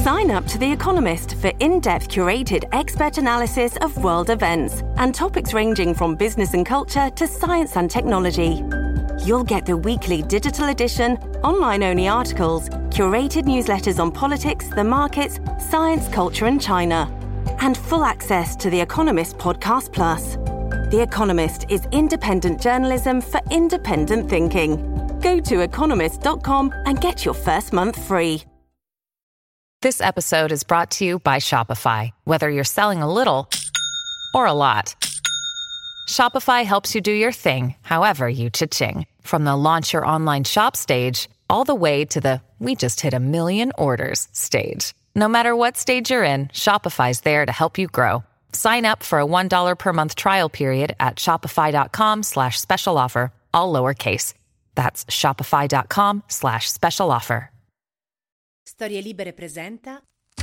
Sign up to The Economist for in-depth curated expert analysis of world events and topics ranging from business and culture to science and technology. You'll get the weekly digital edition, online-only articles, curated newsletters on politics, the markets, science, culture and China, and full access to The Economist Podcast Plus. The Economist is independent journalism for independent thinking. Go to economist.com and get your first month free. This episode is brought to you by Shopify. Whether you're selling a little or a lot, Shopify helps you do your thing, however you cha-ching. From the launch your online shop stage, all the way to the we just hit 1 million orders stage. No matter what stage you're in, Shopify's there to help you grow. Sign up for a $1 per month trial period at shopify.com/special offer, all lowercase. That's shopify.com/special offer. Storie Libere presenta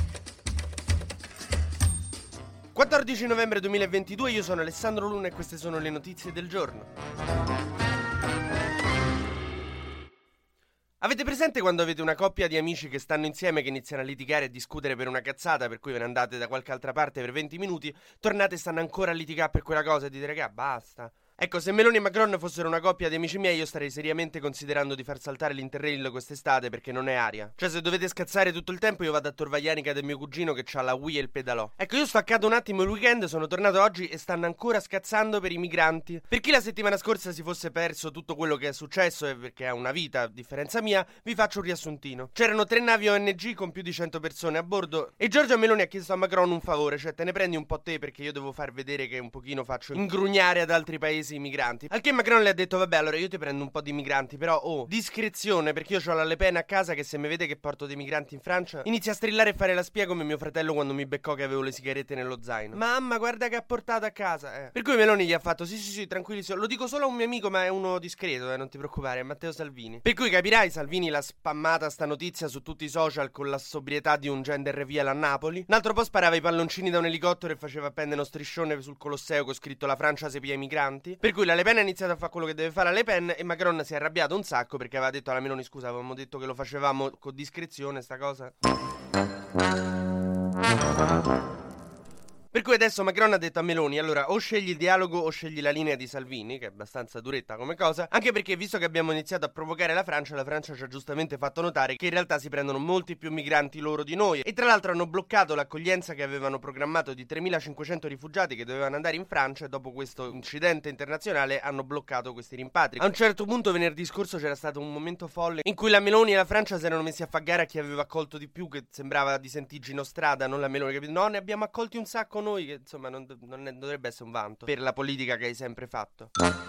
14 novembre 2022, io sono Alessandro Luna e queste sono le notizie del giorno. Avete presente quando avete una coppia di amici che stanno insieme, che iniziano a litigare e discutere per una cazzata, per cui ve ne andate da qualche altra parte per 20 minuti, tornate e stanno ancora a litigare per quella cosa e dite raga, basta. Ecco, se Meloni e Macron fossero una coppia di amici miei, io starei seriamente considerando di far saltare l'Interrail quest'estate, perché non è aria. Cioè, se dovete scazzare tutto il tempo, io vado a Torvaianica del mio cugino che c'ha la Wii e il pedalò. Ecco, io ho staccato un attimo il weekend, sono tornato oggi e stanno ancora scazzando per i migranti. Per chi la settimana scorsa si fosse perso tutto quello che è successo e perché ha una vita, a differenza mia, vi faccio un riassuntino. C'erano 3 navi ONG con più di 100 persone a bordo e Giorgia Meloni ha chiesto a Macron un favore, cioè te ne prendi un po' te perché io devo far vedere che un pochino faccio ingrugnare ad altri paesi i migranti. Al che Macron le ha detto vabbè, allora io ti prendo un po' di migranti, però discrezione, perché io ho la Le Pen a casa che se mi vede che porto dei migranti in Francia inizia a strillare e fare la spia come mio fratello quando mi beccò che avevo le sigarette nello zaino. Mamma, guarda che ha portato a casa, Per cui Meloni gli ha fatto sì, tranquillissimo, lo dico solo a un mio amico ma è uno discreto, non ti preoccupare, è Matteo Salvini. Per cui capirai, Salvini l'ha spammata sta notizia su tutti i social con la sobrietà di un gender reveal a Napoli. Un altro po' sparava i palloncini da un elicottero e faceva appendere uno striscione sul Colosseo con scritto la Francia sepia i migranti. Per cui la Le Pen ha iniziato a fare quello che deve fare a Le Pen e Macron si è arrabbiato un sacco perché aveva detto alla Meloni scusa, avevamo detto che lo facevamo con discrezione sta cosa. Per cui adesso Macron ha detto a Meloni allora o scegli il dialogo o scegli la linea di Salvini, che è abbastanza duretta come cosa, anche perché visto che abbiamo iniziato a provocare la Francia ci ha giustamente fatto notare che in realtà si prendono molti più migranti loro di noi e tra l'altro hanno bloccato l'accoglienza che avevano programmato di 3.500 rifugiati che dovevano andare in Francia e dopo questo incidente internazionale hanno bloccato questi rimpatri. A un certo punto venerdì scorso c'era stato un momento folle in cui la Meloni e la Francia si erano messi a fare gara a chi aveva accolto di più, che sembrava di Senti Gino Strada, non la Meloni, capito? No, ne abbiamo accolti un sacco noi, che insomma non dovrebbe essere un vanto per la politica che hai sempre fatto.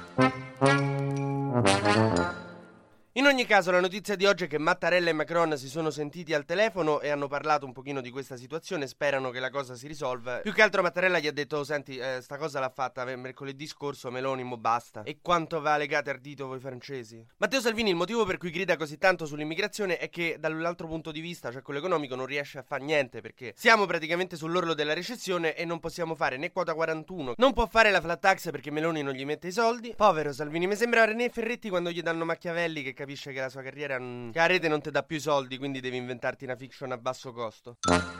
In ogni caso la notizia di oggi è che Mattarella e Macron si sono sentiti al telefono e hanno parlato un pochino di questa situazione, sperano che la cosa si risolva. Più che altro Mattarella gli ha detto senti, sta cosa l'ha fatta mercoledì scorso Meloni, mo basta. E quanto va legate ardito voi francesi? Matteo Salvini il motivo per cui grida così tanto sull'immigrazione è che dall'altro punto di vista, cioè quello economico, non riesce a fare niente perché siamo praticamente sull'orlo della recessione e non possiamo fare né quota 41, non può fare la flat tax perché Meloni non gli mette i soldi. Povero Salvini, mi sembra René Ferretti quando gli danno Machiavelli che capisce che la sua carriera che la rete non ti dà più i soldi, quindi devi inventarti una fiction a basso costo.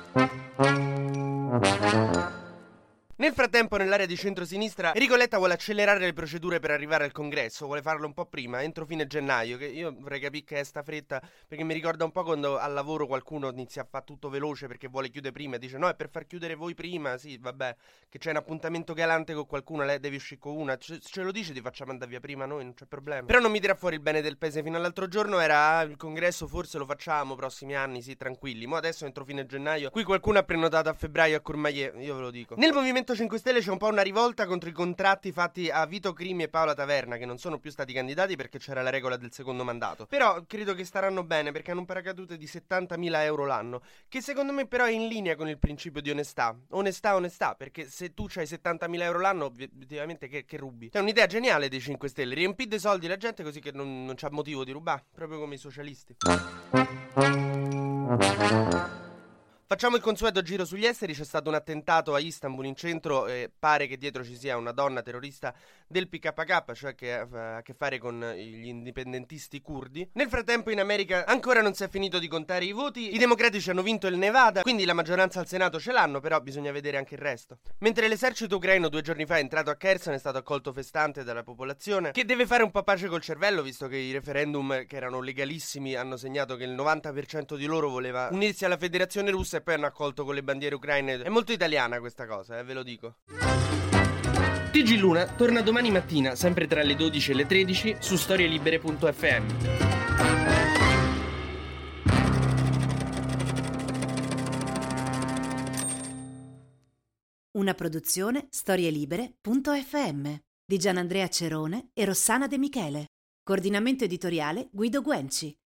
Nel frattempo, nell'area di centrosinistra, Enrico Letta vuole accelerare le procedure per arrivare al congresso, vuole farlo un po' prima, entro fine gennaio, che io vorrei capire che è sta fretta, perché mi ricorda un po' quando al lavoro qualcuno inizia a fare tutto veloce perché vuole chiudere prima e dice no, è per far chiudere voi prima, sì, vabbè, che c'è un appuntamento galante con qualcuno, lei devi uscire con una, ce lo dice, ti facciamo andare via prima noi, non c'è problema. Però non mi tira fuori il bene del paese, fino all'altro giorno era il congresso forse lo facciamo, prossimi anni, sì, tranquilli, mo adesso entro fine gennaio, qui qualcuno ha prenotato a febbraio a Courmayeur, io ve lo dico. Nel Movimento 5 Stelle c'è un po' una rivolta contro i contratti fatti a Vito Crimi e Paola Taverna, che non sono più stati candidati perché c'era la regola del secondo mandato. Però credo che staranno bene perché hanno un paracadute di 70.000 euro l'anno, che secondo me però è in linea con il principio di onestà, perché se tu c'hai 70.000 euro l'anno obiettivamente che rubi. È un'idea geniale dei 5 Stelle, riempì dei soldi la gente così che non c'ha motivo di rubare, proprio come i socialisti. Facciamo il consueto giro sugli esteri. C'è stato un attentato a Istanbul in centro e pare che dietro ci sia una donna terrorista del PKK, cioè che ha a che fare con gli indipendentisti curdi. Nel frattempo in America ancora non si è finito di contare i voti. I democratici hanno vinto il Nevada, quindi la maggioranza al Senato ce l'hanno, però bisogna vedere anche il resto. Mentre l'esercito ucraino 2 giorni fa è entrato a Kherson, è stato accolto festante dalla popolazione, che deve fare un po' pace col cervello, visto che i referendum, che erano legalissimi, hanno segnato che il 90% di loro voleva unirsi alla Federazione Russa e poi hanno accolto con le bandiere ucraine. È molto italiana questa cosa, ve lo dico. TG Luna torna domani mattina, sempre tra le 12 e le 13, su storielibere.fm. Una produzione storielibere.fm di Gianandrea Cerone e Rossana De Michele. Coordinamento editoriale Guido Guenci.